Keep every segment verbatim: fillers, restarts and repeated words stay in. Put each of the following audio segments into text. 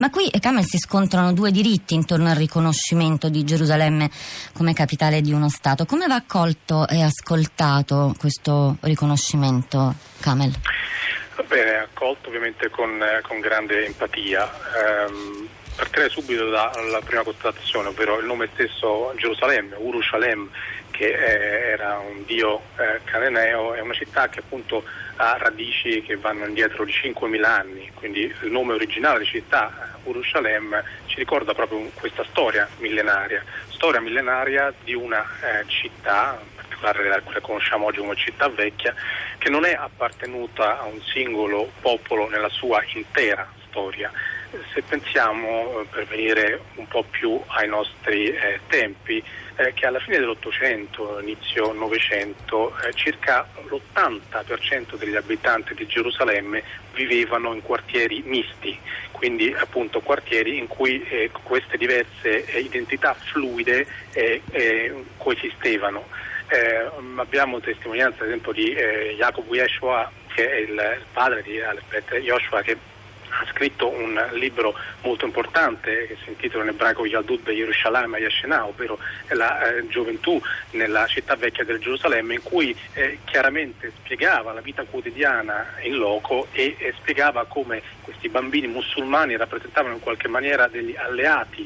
Ma qui, Kamel, si scontrano due diritti intorno al riconoscimento di Gerusalemme come capitale di uno Stato. Come va accolto e ascoltato questo riconoscimento, Kamel? Va bene, accolto ovviamente con, con grande empatia. Ehm, partirei subito dalla prima constatazione, ovvero il nome stesso Gerusalemme, Urushalem, che eh, era un dio eh, cananeo, è una città che appunto ha radici che vanno indietro di cinquemila anni, quindi il nome originale di città, Urushalem, ci ricorda proprio questa storia millenaria, storia millenaria di una eh, città, in particolare quella che conosciamo oggi come città vecchia, che non è appartenuta a un singolo popolo nella sua intera storia. Se pensiamo, per venire un po' più ai nostri eh, tempi, eh, che alla fine dell'Ottocento, inizio Novecento, eh, circa l'ottanta per cento degli abitanti di Gerusalemme vivevano in quartieri misti, quindi appunto quartieri in cui eh, queste diverse eh, identità fluide eh, eh, coesistevano. Eh, abbiamo testimonianza ad esempio di eh, Jacob Yeshua, che è il, il padre di Albert Joshua, che ha scritto un libro molto importante che si intitola in ebraico Yaldut Yerushalayim Yashena, ovvero la eh, gioventù nella città vecchia del Gerusalemme, in cui eh, chiaramente spiegava la vita quotidiana in loco e eh, spiegava come questi bambini musulmani rappresentavano in qualche maniera degli alleati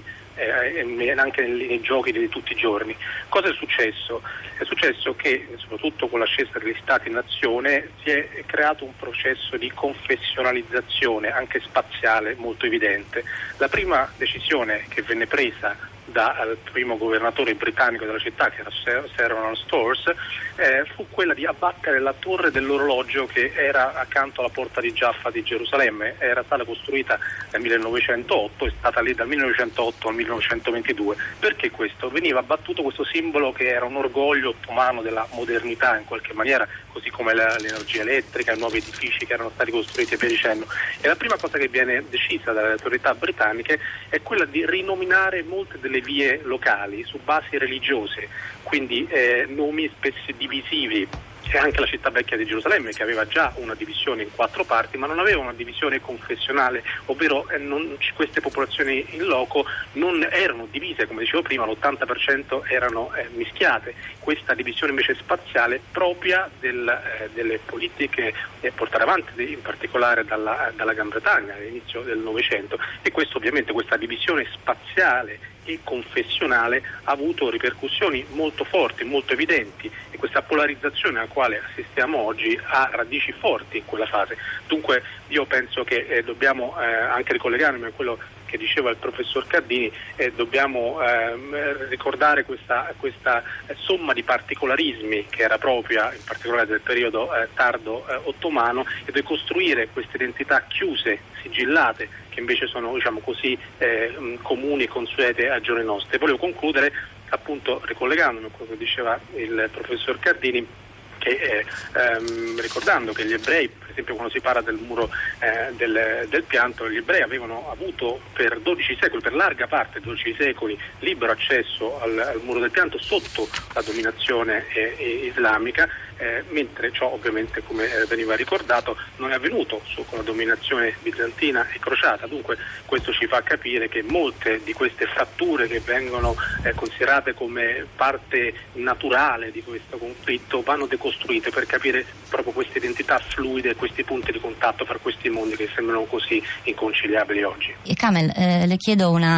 eh, anche nei, nei giochi di tutti i giorni. Cosa è successo? È successo che, soprattutto con l'ascesa degli Stati-nazione, si è creato un processo di confessionalizzazione anche spaziale molto evidente. La prima decisione che venne presa dal primo governatore britannico della città, che era Sir Ronald Storrs, eh, fu quella di abbattere la torre dell'orologio che era accanto alla porta di Jaffa di Gerusalemme. Era stata costruita nel millenovecentotto, è stata lì dal millenovecentotto al millenovecentoventidue. Perché questo? Veniva abbattuto questo simbolo che era un orgoglio ottomano della modernità in qualche maniera, così come la, l'energia elettrica, i nuovi edifici che erano stati costruiti e via dicendo. E la prima cosa che viene decisa dalle autorità britanniche è quella di rinominare molte delle vie locali su basi religiose, quindi eh, nomi spesso divisivi. E anche la città vecchia di Gerusalemme, che aveva già una divisione in quattro parti, ma non aveva una divisione confessionale, ovvero eh, non, queste popolazioni in loco non erano divise, come dicevo prima, l'ottanta per cento erano eh, mischiate. Questa divisione invece spaziale propria del, eh, delle politiche eh, portate avanti in particolare dalla, dalla Gran Bretagna all'inizio del Novecento, e questo ovviamente, questa divisione spaziale e confessionale ha avuto ripercussioni molto forti, molto evidenti, e questa polarizzazione alla quale assistiamo oggi ha radici forti in quella fase. Dunque io penso che eh, dobbiamo eh, anche ricollegarmi a quello che diceva il professor Cardini, eh, dobbiamo eh, ricordare questa, questa somma di particolarismi che era propria in particolare del periodo eh, tardo eh, ottomano, e decostruire queste identità chiuse, sigillate, che invece sono, diciamo così, eh, comuni e consuete ai giorni nostri. Volevo concludere appunto ricollegandomi a quello che diceva il professor Cardini, che, eh, ehm, ricordando che gli ebrei, per esempio quando si parla del muro eh, del, del pianto, gli ebrei avevano avuto per dodici secoli, per larga parte dodici secoli, libero accesso al, al muro del pianto sotto la dominazione eh, islamica, eh, mentre ciò ovviamente, come eh, veniva ricordato, non è avvenuto su, con la dominazione bizantina e crociata. Dunque questo ci fa capire che molte di queste fratture che vengono eh, considerate come parte naturale di questo conflitto vanno decostruite per capire proprio queste identità fluide, questi punti di contatto fra questi mondi che sembrano così inconciliabili oggi. E Kamel, eh, le chiedo una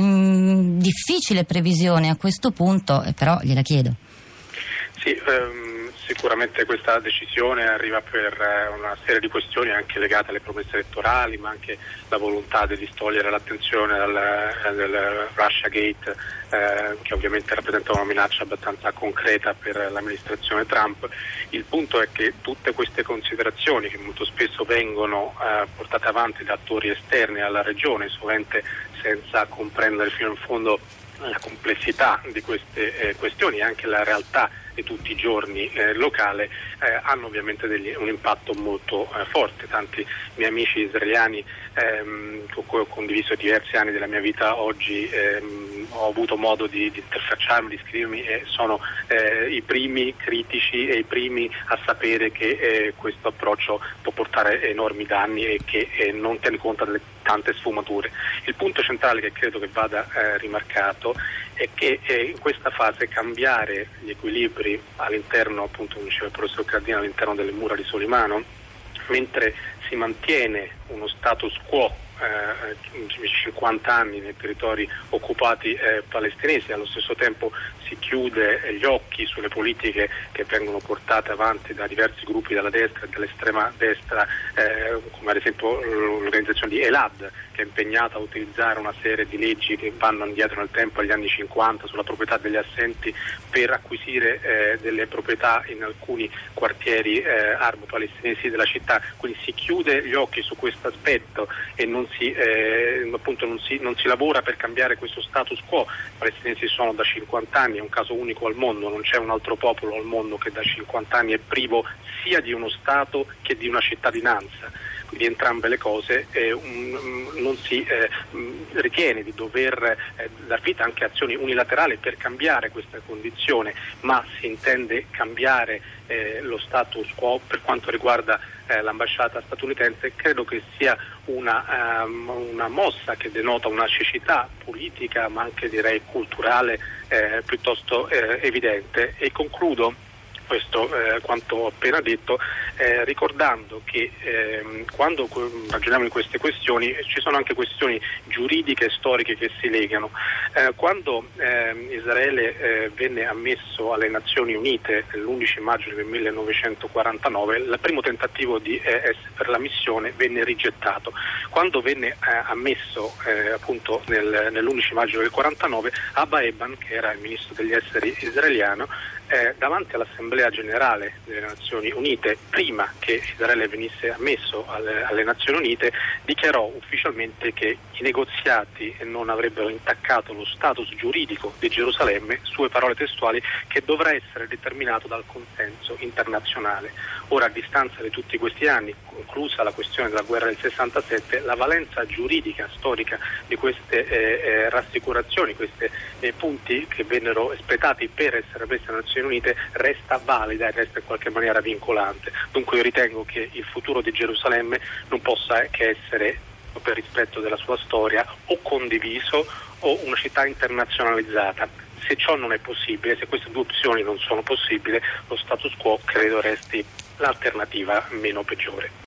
in, difficile previsione a questo punto, eh, però gliela chiedo. Sì, ehm, sicuramente questa decisione arriva per eh, una serie di questioni anche legate alle promesse elettorali, ma anche la volontà di distogliere l'attenzione dal, dal Russia Gate, eh, che ovviamente rappresenta una minaccia abbastanza concreta per l'amministrazione Trump. Il punto è che tutte queste considerazioni, che molto spesso vengono eh, portate avanti da attori esterni alla regione, sovente senza comprendere fino in fondo la complessità di queste eh, questioni e anche la realtà di tutti i giorni eh, locale, eh, hanno ovviamente degli, un impatto molto eh, forte. Tanti miei amici israeliani ehm, con cui ho condiviso diversi anni della mia vita oggi ehm, ho avuto modo di, di interfacciarmi, di scrivermi, e sono eh, i primi critici e i primi a sapere che eh, questo approccio può portare enormi danni e che eh, non tiene conto delle tante sfumature. Il punto centrale che credo che vada eh, rimarcato è che eh, in questa fase cambiare gli equilibri all'interno, appunto come diceva il professor Cardino, all'interno delle mura di Solimano, mentre si mantiene uno status quo eh, cinquanta anni nei territori occupati eh, palestinesi, allo stesso tempo si chiude gli occhi sulle politiche che vengono portate avanti da diversi gruppi della destra e dell'estrema destra, eh, come ad esempio l'organizzazione di Elad, che è impegnata a utilizzare una serie di leggi che vanno indietro nel tempo agli anni cinquanta sulla proprietà degli assenti per acquisire eh, delle proprietà in alcuni quartieri eh, arabo-palestinesi della città. Quindi si chiude gli occhi su questo aspetto e non si, eh, appunto non si, non si lavora per cambiare questo status quo. I palestinesi sono da cinquanta anni, è un caso unico al mondo, non c'è un altro popolo al mondo che da cinquanta anni è privo sia di uno Stato che di una cittadinanza. Quindi entrambe le cose eh, un, non si eh, ritiene di dover eh, dar vita anche a azioni unilaterali per cambiare questa condizione, ma si intende cambiare eh, lo status quo per quanto riguarda eh, l'ambasciata statunitense. Credo che sia una, um, una mossa che denota una cecità politica ma anche direi culturale eh, piuttosto eh, evidente. E concludo questo eh, quanto ho appena detto, eh, ricordando che eh, quando ragioniamo in queste questioni ci sono anche questioni giuridiche e storiche che si legano. Eh, quando eh, Israele eh, venne ammesso alle Nazioni Unite l'undici maggio del millenovecentoquarantanove, il primo tentativo di, eh, per la missione venne rigettato. Quando venne eh, ammesso eh, appunto nel, nell'undici maggio del quarantanove, Abba Eban, che era il ministro degli esteri israeliano, Eh, davanti all'Assemblea Generale delle Nazioni Unite, prima che Israele venisse ammesso alle, alle Nazioni Unite, dichiarò ufficialmente che i negoziati non avrebbero intaccato lo status giuridico di Gerusalemme, sue parole testuali, che dovrà essere determinato dal consenso internazionale. Ora, a distanza di tutti questi anni, conclusa la questione della guerra del sessantasette, la valenza giuridica, storica di queste eh, eh, rassicurazioni, questi eh, punti che vennero espletati per essere presi alle Nazioni Unite resta valida e resta in qualche maniera vincolante. Dunque io ritengo che il futuro di Gerusalemme non possa che essere, per rispetto della sua storia, o condiviso o una città internazionalizzata. Se ciò non è possibile, se queste due opzioni non sono possibili, lo status quo credo resti l'alternativa meno peggiore.